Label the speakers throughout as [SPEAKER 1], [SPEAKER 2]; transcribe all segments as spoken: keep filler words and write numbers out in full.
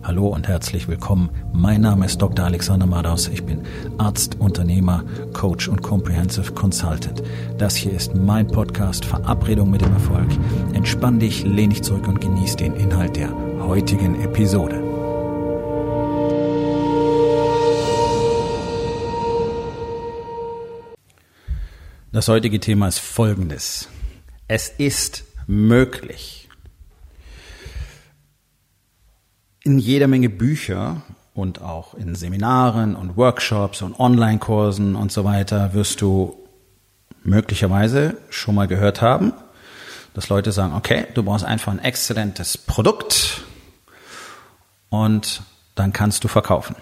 [SPEAKER 1] Hallo und herzlich willkommen. Mein Name ist Doktor Alexander Madaus. Ich bin Arzt, Unternehmer, Coach und Comprehensive Consultant. Das hier ist mein Podcast Verabredung mit dem Erfolg. Entspann dich, lehn dich zurück und genieß den Inhalt der heutigen Episode. Das heutige Thema ist folgendes. Es ist möglich, in jeder Menge Bücher und auch in Seminaren und Workshops und Online-Kursen und so weiter wirst du möglicherweise schon mal gehört haben, dass Leute sagen, okay, du brauchst einfach ein exzellentes Produkt und dann kannst du verkaufen.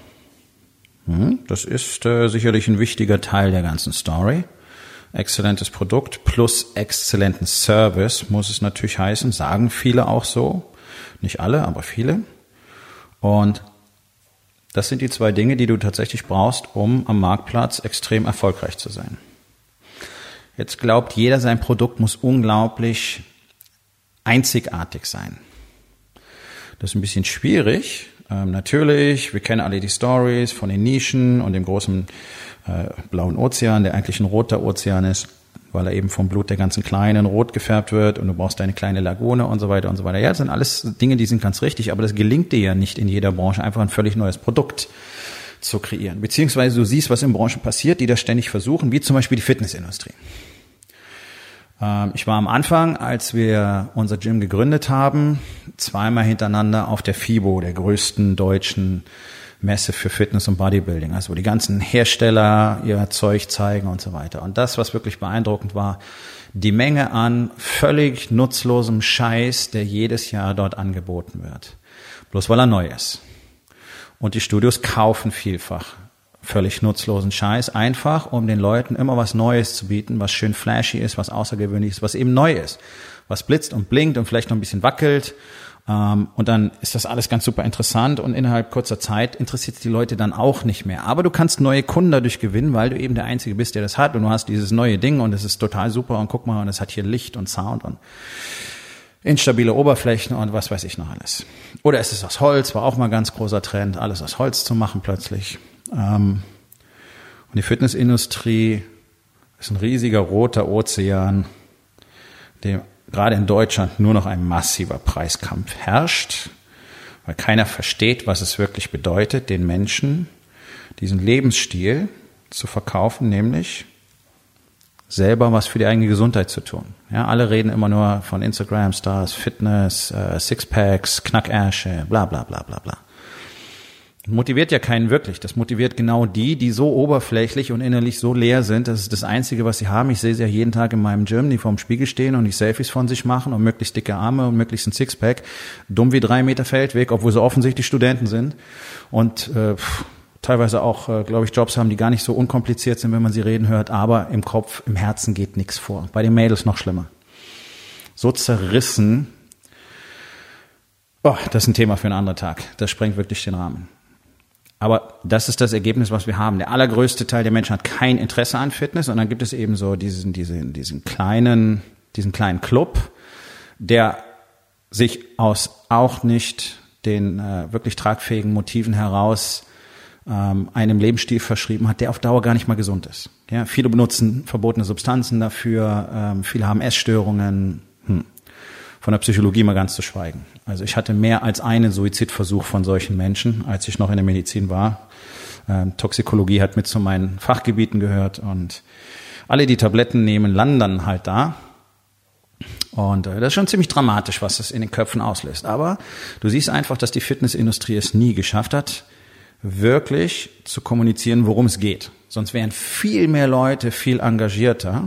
[SPEAKER 1] Das ist äh, sicherlich ein wichtiger Teil der ganzen Story. Exzellentes Produkt plus exzellenten Service muss es natürlich heißen, sagen viele auch so. Nicht alle, aber viele. Und das sind die zwei Dinge, die du tatsächlich brauchst, um am Marktplatz extrem erfolgreich zu sein. Jetzt glaubt jeder, sein Produkt muss unglaublich einzigartig sein. Das ist ein bisschen schwierig. Ähm, natürlich, wir kennen alle die Stories von den Nischen und dem großen äh, blauen Ozean, der eigentlich ein roter Ozean ist, weil er eben vom Blut der ganzen Kleinen rot gefärbt wird und du brauchst deine kleine Lagune und so weiter und so weiter. Ja, das sind alles Dinge, die sind ganz richtig, aber das gelingt dir ja nicht in jeder Branche, einfach ein völlig neues Produkt zu kreieren. Beziehungsweise du siehst, was in Branchen passiert, die das ständig versuchen, wie zum Beispiel die Fitnessindustrie. Ähm, ich war am Anfang, als wir unser Gym gegründet haben, zweimal hintereinander auf der FIBO, der größten deutschen Messe für Fitness und Bodybuilding, also wo die ganzen Hersteller ihr Zeug zeigen und so weiter. Und das, was wirklich beeindruckend war, die Menge an völlig nutzlosem Scheiß, der jedes Jahr dort angeboten wird. Bloß weil er neu ist. Und die Studios kaufen vielfach völlig nutzlosen Scheiß, einfach um den Leuten immer was Neues zu bieten, was schön flashy ist, was außergewöhnlich ist, was eben neu ist. Was blitzt und blinkt und vielleicht noch ein bisschen wackelt. Um, und dann ist das alles ganz super interessant und innerhalb kurzer Zeit interessiert es die Leute dann auch nicht mehr. Aber du kannst neue Kunden dadurch gewinnen, weil du eben der Einzige bist, der das hat und du hast dieses neue Ding und es ist total super und guck mal und es hat hier Licht und Sound und instabile Oberflächen und was weiß ich noch alles. Oder es ist aus Holz, war auch mal ein ganz großer Trend, alles aus Holz zu machen plötzlich. Um, und die Fitnessindustrie ist ein riesiger roter Ozean, dem gerade in Deutschland nur noch ein massiver Preiskampf herrscht, weil keiner versteht, was es wirklich bedeutet, den Menschen diesen Lebensstil zu verkaufen, nämlich selber was für die eigene Gesundheit zu tun. Ja, alle reden immer nur von Instagram-Stars, Fitness, äh, Sixpacks, Knackärsche, bla bla bla bla bla. Motiviert ja keinen wirklich. Das motiviert genau die, die so oberflächlich und innerlich so leer sind. Das ist das Einzige, was sie haben. Ich sehe sie ja jeden Tag in meinem Gym, die vorm Spiegel stehen und die Selfies von sich machen und möglichst dicke Arme und möglichst ein Sixpack. Dumm wie drei Meter Feldweg, obwohl sie offensichtlich Studenten sind. Und äh, pff, teilweise auch, äh, glaube ich, Jobs haben, die gar nicht so unkompliziert sind, wenn man sie reden hört. Aber im Kopf, im Herzen geht nichts vor. Bei den Mädels noch schlimmer. So zerrissen. Oh, das ist ein Thema für einen anderen Tag. Das sprengt wirklich den Rahmen. Aber das ist das Ergebnis, was wir haben. Der allergrößte Teil der Menschen hat kein Interesse an Fitness und dann gibt es eben so diesen, diesen, diesen kleinen, diesen kleinen Club, der sich aus auch nicht den äh, wirklich tragfähigen Motiven heraus ähm, einem Lebensstil verschrieben hat, der auf Dauer gar nicht mal gesund ist. Ja, viele benutzen verbotene Substanzen dafür, ähm, viele haben Essstörungen. Hm. Von der Psychologie mal ganz zu schweigen. Also ich hatte mehr als einen Suizidversuch von solchen Menschen, als ich noch in der Medizin war. Ähm, Toxikologie hat mit zu meinen Fachgebieten gehört und alle, die Tabletten nehmen, landen dann halt da. Und äh, das ist schon ziemlich dramatisch, was das in den Köpfen auslöst. Aber du siehst einfach, dass die Fitnessindustrie es nie geschafft hat, wirklich zu kommunizieren, worum es geht. Sonst wären viel mehr Leute viel engagierter.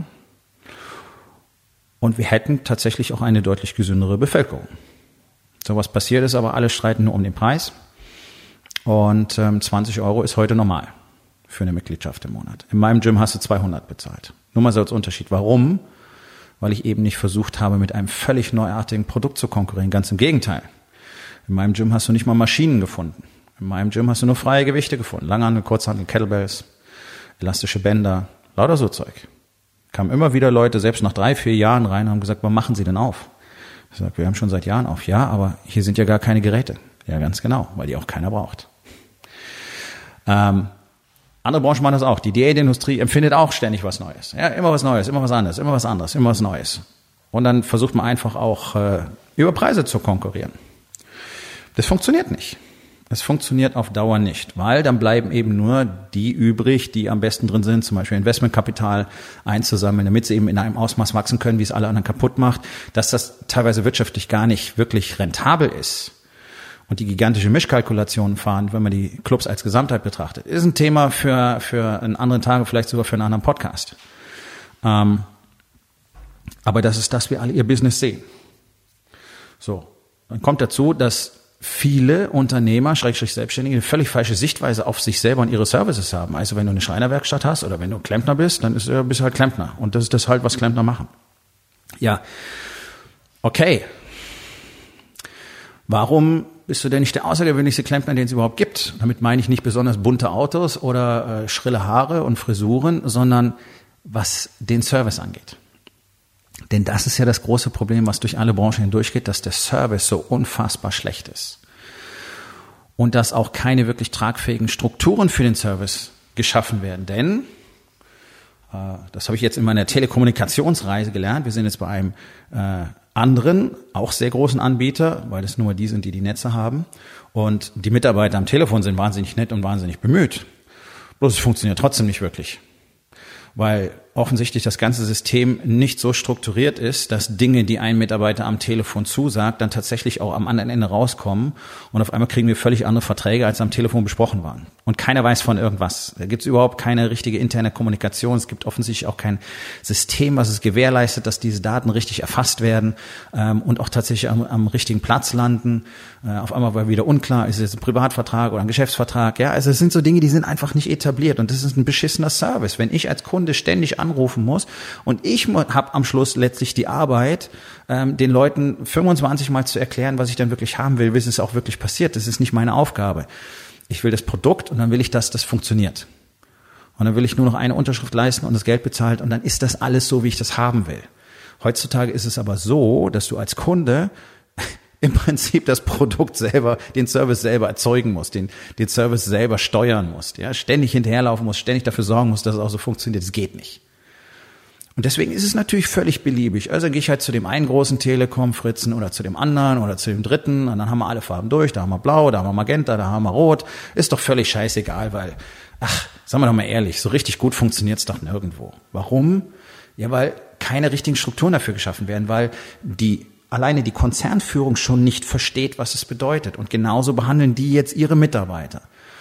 [SPEAKER 1] Und wir hätten tatsächlich auch eine deutlich gesündere Bevölkerung. So was passiert ist, aber alle streiten nur um den Preis. Und ähm, zwanzig Euro ist heute normal für eine Mitgliedschaft im Monat. In meinem Gym hast du zweihundert bezahlt. Nur mal so als Unterschied. Warum? Weil ich eben nicht versucht habe, mit einem völlig neuartigen Produkt zu konkurrieren. Ganz im Gegenteil. In meinem Gym hast du nicht mal Maschinen gefunden. In meinem Gym hast du nur freie Gewichte gefunden. Langhandel, Kurzhandel, Kettlebells, elastische Bänder, lauter so Zeug. Kamen immer wieder Leute, selbst nach drei, vier Jahren rein, und haben gesagt, wann machen Sie denn auf? Ich sage, wir haben schon seit Jahren auf. Ja, aber hier sind ja gar keine Geräte. Ja, ganz genau, weil die auch keiner braucht. Ähm, andere Branchen machen das auch. Die Diätindustrie empfindet auch ständig was Neues. Ja, immer was Neues, immer was anderes, immer was anderes, immer was Neues. Und dann versucht man einfach auch äh, über Preise zu konkurrieren. Das funktioniert nicht. Es funktioniert auf Dauer nicht, weil dann bleiben eben nur die übrig, die am besten drin sind, zum Beispiel Investmentkapital einzusammeln, damit sie eben in einem Ausmaß wachsen können, wie es alle anderen kaputt macht, dass das teilweise wirtschaftlich gar nicht wirklich rentabel ist. Und die gigantische Mischkalkulationen fahren, wenn man die Clubs als Gesamtheit betrachtet, ist ein Thema für für einen anderen Tag, vielleicht sogar für einen anderen Podcast. Ähm, aber das ist das, wie alle ihr Business sehen. So, dann kommt dazu, dass viele Unternehmer, Schrägstrich Selbstständige, eine völlig falsche Sichtweise auf sich selber und ihre Services haben. Also wenn du eine Schreinerwerkstatt hast oder wenn du Klempner bist, dann ist, bist du halt Klempner. Und das ist das halt, was Klempner machen. Ja, okay. Warum bist du denn nicht der außergewöhnlichste Klempner, den es überhaupt gibt? Damit meine ich nicht besonders bunte Autos oder äh, schrille Haare und Frisuren, sondern was den Service angeht. Denn das ist ja das große Problem, was durch alle Branchen hindurchgeht, dass der Service so unfassbar schlecht ist. Und dass auch keine wirklich tragfähigen Strukturen für den Service geschaffen werden. Denn, äh, das habe ich jetzt in meiner Telekommunikationsreise gelernt, wir sind jetzt bei einem äh, anderen, auch sehr großen Anbieter, weil es nur die sind, die die Netze haben. Und die Mitarbeiter am Telefon sind wahnsinnig nett und wahnsinnig bemüht. Bloß es funktioniert trotzdem nicht wirklich. Weil offensichtlich das ganze System nicht so strukturiert ist, dass Dinge, die ein Mitarbeiter am Telefon zusagt, dann tatsächlich auch am anderen Ende rauskommen und auf einmal kriegen wir völlig andere Verträge, als am Telefon besprochen waren. Und keiner weiß von irgendwas. Da gibt es überhaupt keine richtige interne Kommunikation. Es gibt offensichtlich auch kein System, was es gewährleistet, dass diese Daten richtig erfasst werden ähm, und auch tatsächlich am, am richtigen Platz landen. Äh, auf einmal war wieder unklar, ist es jetzt ein Privatvertrag oder ein Geschäftsvertrag. Ja, also es sind so Dinge, die sind einfach nicht etabliert und das ist ein beschissener Service. Wenn ich als Kunde ständig anrufen muss und ich habe am Schluss letztlich die Arbeit, ähm, den Leuten fünfundzwanzig Mal zu erklären, was ich dann wirklich haben will, bis es auch wirklich passiert. Das ist nicht meine Aufgabe. Ich will das Produkt und dann will ich, dass das funktioniert. Und dann will ich nur noch eine Unterschrift leisten und das Geld bezahlt und dann ist das alles so, wie ich das haben will. Heutzutage ist es aber so, dass du als Kunde im Prinzip das Produkt selber, den Service selber erzeugen musst, den, den Service selber steuern musst, ja, ständig hinterherlaufen musst, ständig dafür sorgen musst, dass es auch so funktioniert. Das geht nicht. Und deswegen ist es natürlich völlig beliebig. Also gehe ich halt zu dem einen großen Telekom, Fritzen oder zu dem anderen oder zu dem dritten und dann haben wir alle Farben durch. Da haben wir Blau, da haben wir Magenta, da haben wir Rot. Ist doch völlig scheißegal, weil, ach, sagen wir doch mal ehrlich, so richtig gut funktioniert's doch nirgendwo. Warum? Ja, weil keine richtigen Strukturen dafür geschaffen werden, weil die alleine die Konzernführung schon nicht versteht, was es bedeutet. Und genauso behandeln die jetzt ihre Mitarbeiter.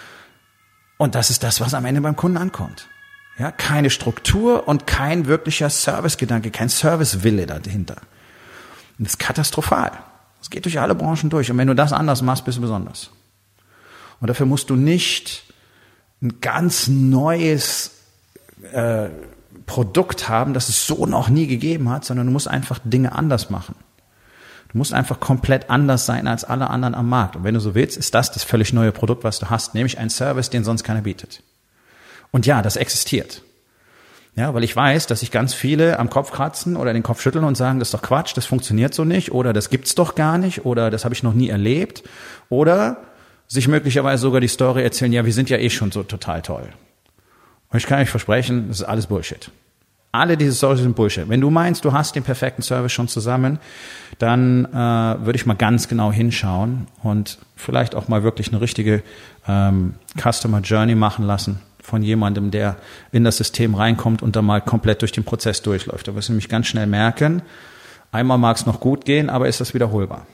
[SPEAKER 1] Und das ist das, was am Ende beim Kunden ankommt. Ja, keine Struktur und kein wirklicher Servicegedanke, kein Servicewille dahinter. Und das ist katastrophal. Das geht durch alle Branchen durch. Und wenn du das anders machst, bist du besonders. Und dafür musst du nicht ein ganz neues äh, Produkt haben, das es so noch nie gegeben hat, sondern du musst einfach Dinge anders machen. Du musst einfach komplett anders sein als alle anderen am Markt. Und wenn du so willst, ist das das völlig neue Produkt, was du hast, nämlich ein Service, den sonst keiner bietet. Und ja, das existiert. Ja, weil ich weiß, dass sich ganz viele am Kopf kratzen oder den Kopf schütteln und sagen, das ist doch Quatsch, das funktioniert so nicht oder das gibt's doch gar nicht oder das habe ich noch nie erlebt oder sich möglicherweise sogar die Story erzählen, ja, wir sind ja eh schon so total toll. Und ich kann euch versprechen, das ist alles Bullshit. Alle diese Stories sind Bullshit. Wenn du meinst, du hast den perfekten Service schon zusammen, dann äh, würde ich mal ganz genau hinschauen und vielleicht auch mal wirklich eine richtige ähm, Customer Journey machen lassen von jemandem, der in das System reinkommt und dann mal komplett durch den Prozess durchläuft. Da wirst du nämlich ganz schnell merken, einmal mag es noch gut gehen, aber ist das wiederholbar.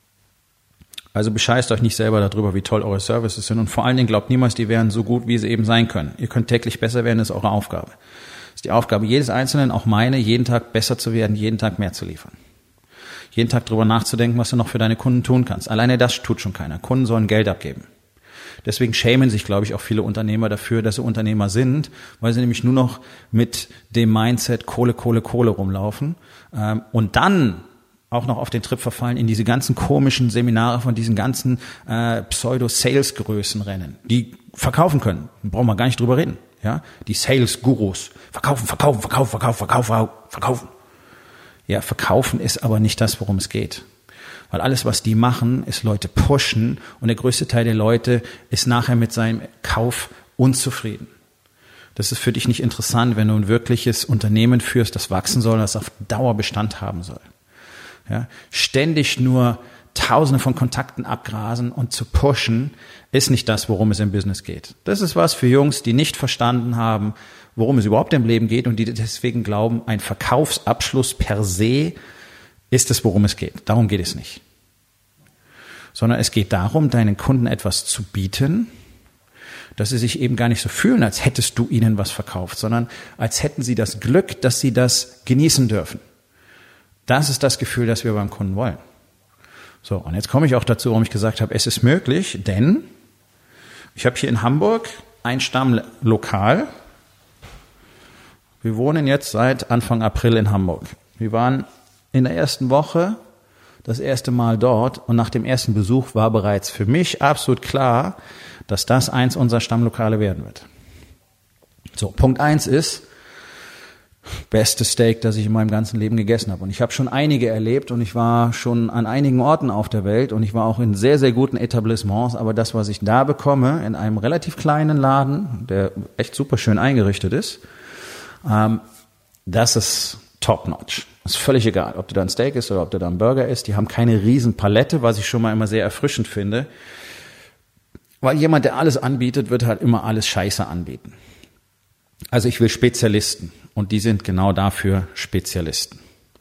[SPEAKER 1] Also bescheißt euch nicht selber darüber, wie toll eure Services sind und vor allen Dingen glaubt niemals, die wären so gut, wie sie eben sein können. Ihr könnt täglich besser werden, das ist eure Aufgabe. Das ist die Aufgabe jedes Einzelnen, auch meine, jeden Tag besser zu werden, jeden Tag mehr zu liefern. Jeden Tag darüber nachzudenken, was du noch für deine Kunden tun kannst. Alleine das tut schon keiner. Kunden sollen Geld abgeben. Deswegen schämen sich, glaube ich, auch viele Unternehmer dafür, dass sie Unternehmer sind, weil sie nämlich nur noch mit dem Mindset Kohle, Kohle, Kohle rumlaufen ähm, und dann auch noch auf den Trip verfallen, in diese ganzen komischen Seminare von diesen ganzen äh, Pseudo-Sales-Größen rennen, die verkaufen können. Da brauchen wir gar nicht drüber reden. Ja, die Sales-Gurus. Verkaufen, verkaufen, verkaufen, verkaufen, verkaufen, verkaufen. Ja, verkaufen ist aber nicht das, worum es geht. Weil alles, was die machen, ist Leute pushen und der größte Teil der Leute ist nachher mit seinem Kauf unzufrieden. Das ist für dich nicht interessant, wenn du ein wirkliches Unternehmen führst, das wachsen soll, das auf Dauer Bestand haben soll. Ja, ständig nur Tausende von Kontakten abgrasen und zu pushen, ist nicht das, worum es im Business geht. Das ist was für Jungs, die nicht verstanden haben, worum es überhaupt im Leben geht und die deswegen glauben, ein Verkaufsabschluss per se ist es, worum es geht. Darum geht es nicht. Sondern es geht darum, deinen Kunden etwas zu bieten, dass sie sich eben gar nicht so fühlen, als hättest du ihnen was verkauft, sondern als hätten sie das Glück, dass sie das genießen dürfen. Das ist das Gefühl, das wir beim Kunden wollen. So, und jetzt komme ich auch dazu, warum ich gesagt habe, es ist möglich, denn ich habe hier in Hamburg ein Stammlokal. Wir wohnen jetzt seit Anfang April in Hamburg. Wir waren in der ersten Woche das erste Mal dort und nach dem ersten Besuch war bereits für mich absolut klar, dass das eins unserer Stammlokale werden wird. So, Punkt eins ist, bestes Steak, das ich in meinem ganzen Leben gegessen habe. Und ich habe schon einige erlebt und ich war schon an einigen Orten auf der Welt und ich war auch in sehr, sehr guten Etablissements. Aber das, was ich da bekomme, in einem relativ kleinen Laden, der echt super schön eingerichtet ist, ähm, das ist top-notch. Ist völlig egal, ob du da ein Steak isst oder ob du da ein Burger isst. Die haben keine riesen Palette, was ich schon mal immer sehr erfrischend finde. Weil jemand, der alles anbietet, wird halt immer alles Scheiße anbieten. Also ich will Spezialisten und die sind genau dafür Spezialisten.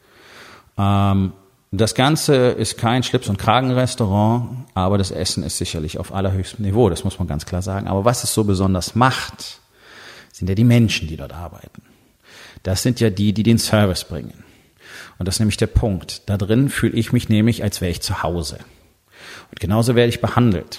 [SPEAKER 1] Ähm, das Ganze ist kein Schlips- und Kragenrestaurant, aber das Essen ist sicherlich auf allerhöchstem Niveau, das muss man ganz klar sagen. Aber was es so besonders macht, sind ja die Menschen, die dort arbeiten. Das sind ja die, die den Service bringen. Und das ist nämlich der Punkt. Da drin fühle ich mich nämlich, als wäre ich zu Hause. Und genauso werde ich behandelt.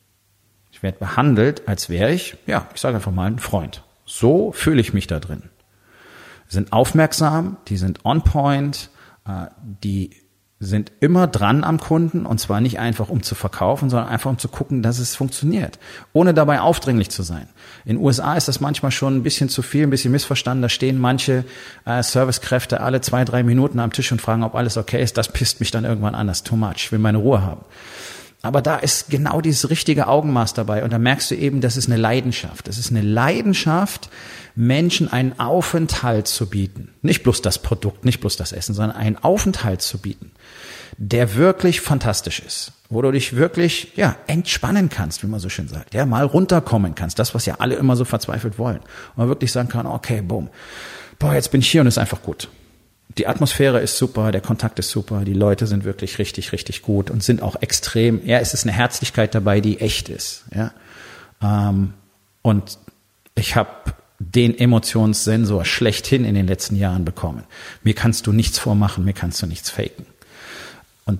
[SPEAKER 1] Ich werde behandelt, als wäre ich, ja, ich sage einfach mal, ein Freund. So fühle ich mich da drin. Die sind aufmerksam, die sind on point, äh, die sind immer dran am Kunden und zwar nicht einfach um zu verkaufen, sondern einfach um zu gucken, dass es funktioniert, ohne dabei aufdringlich zu sein. In den U S A ist das manchmal schon ein bisschen zu viel, ein bisschen missverstanden. Da stehen manche äh, Servicekräfte alle zwei, drei Minuten am Tisch und fragen, ob alles okay ist. Das pisst mich dann irgendwann an, das ist too much, ich will meine Ruhe haben. Aber da ist genau dieses richtige Augenmaß dabei und da merkst du eben, das ist eine Leidenschaft. Das ist eine Leidenschaft, Menschen einen Aufenthalt zu bieten. Nicht bloß das Produkt, nicht bloß das Essen, sondern einen Aufenthalt zu bieten, der wirklich fantastisch ist, wo du dich wirklich, ja, entspannen kannst, wie man so schön sagt, ja, mal runterkommen kannst, das, was ja alle immer so verzweifelt wollen. Und man wirklich sagen kann, okay, boom, boah, jetzt bin ich hier und ist einfach gut. Die Atmosphäre ist super, der Kontakt ist super, die Leute sind wirklich richtig, richtig gut und sind auch extrem, ja, es ist eine Herzlichkeit dabei, die echt ist, ja. Ähm, und ich habe den Emotionssensor schlechthin in den letzten Jahren bekommen. Mir kannst du nichts vormachen, mir kannst du nichts faken. Und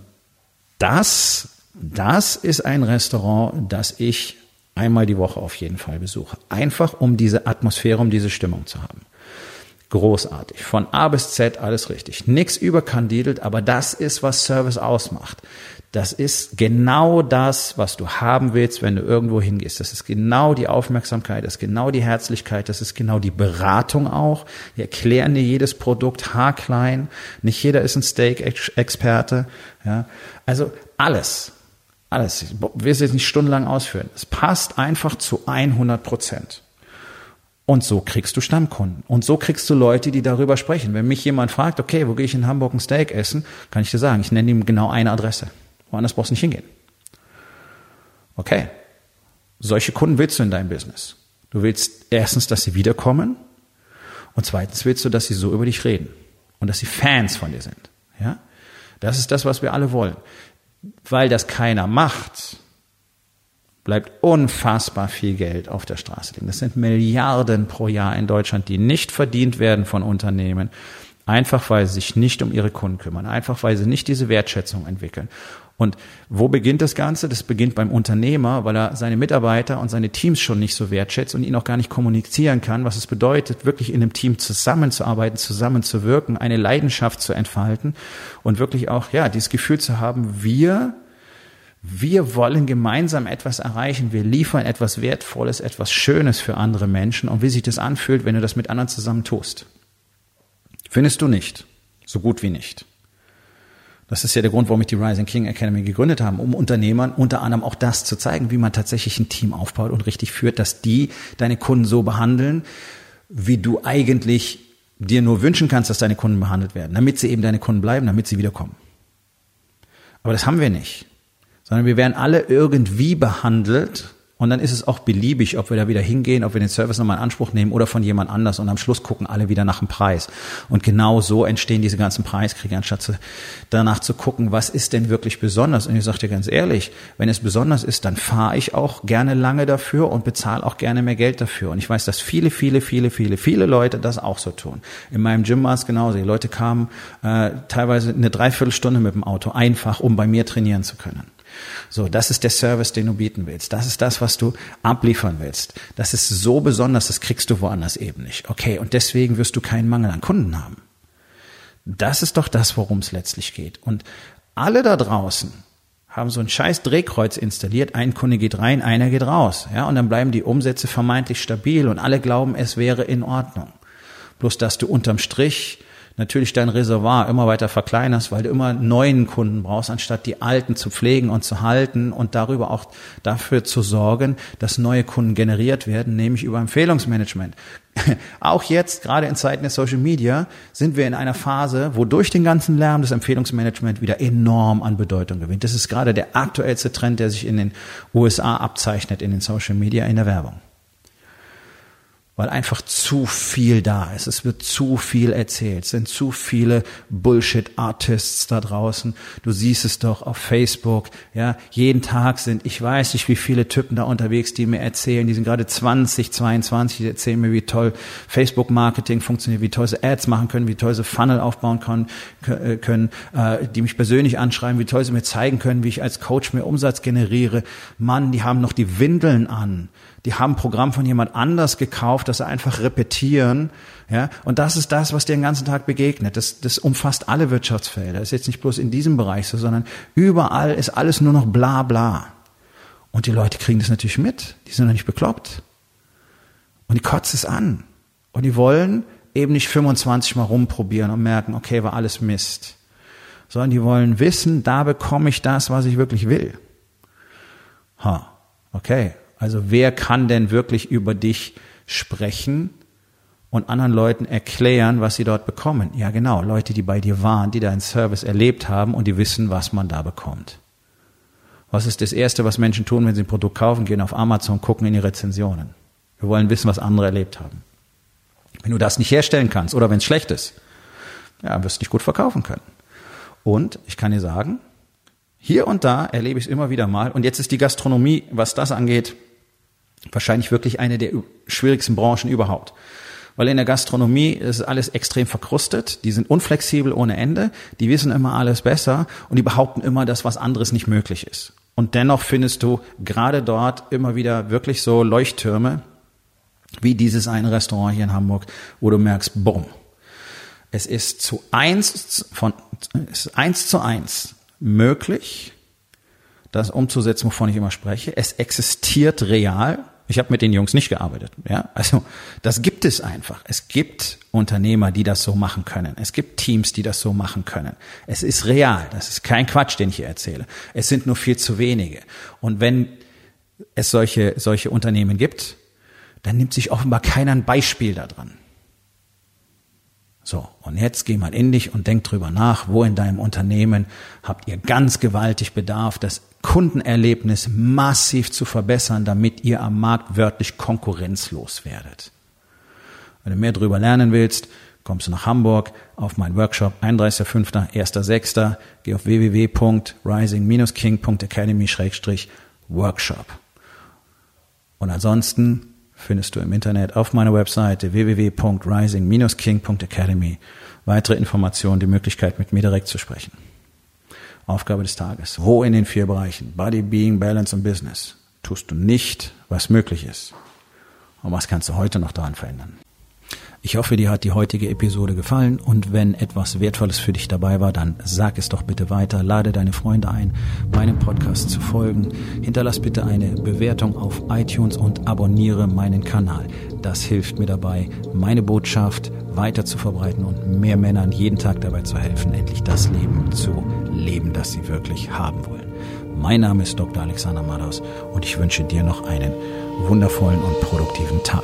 [SPEAKER 1] das, das ist ein Restaurant, das ich einmal die Woche auf jeden Fall besuche. Einfach um diese Atmosphäre, um diese Stimmung zu haben. Großartig. Von A bis Z alles richtig. Nix überkandidelt, aber das ist, was Service ausmacht. Das ist genau das, was du haben willst, wenn du irgendwo hingehst. Das ist genau die Aufmerksamkeit, das ist genau die Herzlichkeit, das ist genau die Beratung auch. Wir erklären dir jedes Produkt haarklein. Nicht jeder ist ein Steak-Experte. Ja. Also alles, alles. Ich will es jetzt nicht stundenlang ausführen. Es passt einfach zu hundert Prozent. Und so kriegst du Stammkunden. Und so kriegst du Leute, die darüber sprechen. Wenn mich jemand fragt, okay, wo gehe ich in Hamburg ein Steak essen, kann ich dir sagen, ich nenne ihm genau eine Adresse. Woanders brauchst du nicht hingehen. Okay. Solche Kunden willst du in deinem Business. Du willst erstens, dass sie wiederkommen. Und zweitens willst du, dass sie so über dich reden. Und dass sie Fans von dir sind. Ja? Das ist das, was wir alle wollen. Weil das keiner macht, bleibt unfassbar viel Geld auf der Straße liegen. Das sind Milliarden pro Jahr in Deutschland, die nicht verdient werden von Unternehmen, einfach weil sie sich nicht um ihre Kunden kümmern, einfach weil sie nicht diese Wertschätzung entwickeln. Und wo beginnt das Ganze? Das beginnt beim Unternehmer, weil er seine Mitarbeiter und seine Teams schon nicht so wertschätzt und ihnen auch gar nicht kommunizieren kann, was es bedeutet, wirklich in einem Team zusammenzuarbeiten, zusammenzuwirken, eine Leidenschaft zu entfalten und wirklich auch, ja, dieses Gefühl zu haben, wir Wir wollen gemeinsam etwas erreichen. Wir liefern etwas Wertvolles, etwas Schönes für andere Menschen. Und wie sich das anfühlt, wenn du das mit anderen zusammen tust. Findest du nicht? So gut wie nicht. Das ist ja der Grund, warum ich die Rising King Academy gegründet habe, um Unternehmern unter anderem auch das zu zeigen, wie man tatsächlich ein Team aufbaut und richtig führt, dass die deine Kunden so behandeln, wie du eigentlich dir nur wünschen kannst, dass deine Kunden behandelt werden, damit sie eben deine Kunden bleiben, damit sie wiederkommen. Aber das haben wir nicht, sondern wir werden alle irgendwie behandelt und dann ist es auch beliebig, ob wir da wieder hingehen, ob wir den Service nochmal in Anspruch nehmen oder von jemand anders und am Schluss gucken alle wieder nach dem Preis. Und genau so entstehen diese ganzen Preiskriege, anstatt zu, danach zu gucken, was ist denn wirklich besonders. Und ich sage dir ganz ehrlich, wenn es besonders ist, dann fahre ich auch gerne lange dafür und bezahle auch gerne mehr Geld dafür. Und ich weiß, dass viele, viele, viele, viele, viele Leute das auch so tun. In meinem Gym war es genauso. Die Leute kamen äh, teilweise eine Dreiviertelstunde mit dem Auto, einfach um bei mir trainieren zu können. So, das ist der Service, den du bieten willst. Das ist das, was du abliefern willst. Das ist so besonders, das kriegst du woanders eben nicht. Okay, und deswegen wirst du keinen Mangel an Kunden haben. Das ist doch das, worum es letztlich geht. Und alle da draußen haben so ein scheiß Drehkreuz installiert. Ein Kunde geht rein, einer geht raus. Ja, und dann bleiben die Umsätze vermeintlich stabil und alle glauben, es wäre in Ordnung. Bloß, dass du unterm Strich natürlich dein Reservoir immer weiter verkleinerst, weil du immer neuen Kunden brauchst, anstatt die alten zu pflegen und zu halten und darüber auch dafür zu sorgen, dass neue Kunden generiert werden, nämlich über Empfehlungsmanagement. Auch jetzt, gerade in Zeiten der Social Media, sind wir in einer Phase, wo durch den ganzen Lärm das Empfehlungsmanagement wieder enorm an Bedeutung gewinnt. Das ist gerade der aktuellste Trend, der sich in den U S A abzeichnet, in den Social Media, in der Werbung. Weil einfach zu viel da ist. Es wird zu viel erzählt. Es sind zu viele Bullshit-Artists da draußen. Du siehst es doch auf Facebook. Ja, jeden Tag sind, ich weiß nicht, wie viele Typen da unterwegs, die mir erzählen, die sind gerade zwanzig, zweiundzwanzig, die erzählen mir, wie toll Facebook-Marketing funktioniert, wie toll sie Ads machen können, wie toll sie Funnel aufbauen können, können, die mich persönlich anschreiben, wie toll sie mir zeigen können, wie ich als Coach mehr Umsatz generiere. Mann, die haben noch die Windeln an. Die haben ein Programm von jemand anders gekauft, das sie einfach repetieren, ja. Und das ist das, was dir den ganzen Tag begegnet. Das, das umfasst alle Wirtschaftsfelder. Das ist jetzt nicht bloß in diesem Bereich so, sondern überall ist alles nur noch bla bla. Und die Leute kriegen das natürlich mit. Die sind doch nicht bekloppt. Und die kotzen es an. Und die wollen eben nicht fünfundzwanzig Mal rumprobieren und merken, okay, war alles Mist. Sondern die wollen wissen, da bekomme ich das, was ich wirklich will. Ha, okay. Also wer kann denn wirklich über dich sprechen und anderen Leuten erklären, was sie dort bekommen? Ja genau, Leute, die bei dir waren, die deinen Service erlebt haben und die wissen, was man da bekommt. Was ist das Erste, was Menschen tun, wenn sie ein Produkt kaufen? Gehen auf Amazon, gucken in die Rezensionen. Wir wollen wissen, was andere erlebt haben. Wenn du das nicht herstellen kannst oder wenn es schlecht ist, ja, wirst du nicht gut verkaufen können. Und ich kann dir sagen, hier und da erlebe ich es immer wieder mal. Und jetzt ist die Gastronomie, was das angeht, wahrscheinlich wirklich eine der schwierigsten Branchen überhaupt. Weil in der Gastronomie ist alles extrem verkrustet, die sind unflexibel ohne Ende, die wissen immer alles besser und die behaupten immer, dass was anderes nicht möglich ist. Und dennoch findest du gerade dort immer wieder wirklich so Leuchttürme, wie dieses eine Restaurant hier in Hamburg, wo du merkst, bumm, es ist zu eins von, es ist eins zu eins möglich, das umzusetzen, wovon ich immer spreche. Es existiert real. Ich habe mit den Jungs nicht gearbeitet. Ja, also das gibt es einfach. Es gibt Unternehmer, die das so machen können. Es gibt Teams, die das so machen können. Es ist real. Das ist kein Quatsch, den ich hier erzähle. Es sind nur viel zu wenige. Und wenn es solche solche Unternehmen gibt, dann nimmt sich offenbar keiner ein Beispiel daran. So, und jetzt geh mal in dich und denk drüber nach, wo in deinem Unternehmen habt ihr ganz gewaltig Bedarf, das Kundenerlebnis massiv zu verbessern, damit ihr am Markt wörtlich konkurrenzlos werdet. Wenn du mehr drüber lernen willst, kommst du nach Hamburg auf meinen Workshop einunddreißigster fünfter, erster sechster Geh auf w w w punkt rising dash king punkt academy slash workshop. Und ansonsten findest du im Internet auf meiner Webseite w w w punkt rising dash king punkt academy weitere Informationen, die Möglichkeit, mit mir direkt zu sprechen. Aufgabe des Tages. Wo in den vier Bereichen Body, Being, Balance und Business tust du nicht, was möglich ist? Und was kannst du heute noch daran verändern? Ich hoffe, dir hat die heutige Episode gefallen und wenn etwas Wertvolles für dich dabei war, dann sag es doch bitte weiter, lade deine Freunde ein, meinem Podcast zu folgen, hinterlass bitte eine Bewertung auf iTunes und abonniere meinen Kanal. Das hilft mir dabei, meine Botschaft weiter zu verbreiten und mehr Männern jeden Tag dabei zu helfen, endlich das Leben zu leben, das sie wirklich haben wollen. Mein Name ist Doktor Alexander Madaus und ich wünsche dir noch einen wundervollen und produktiven Tag.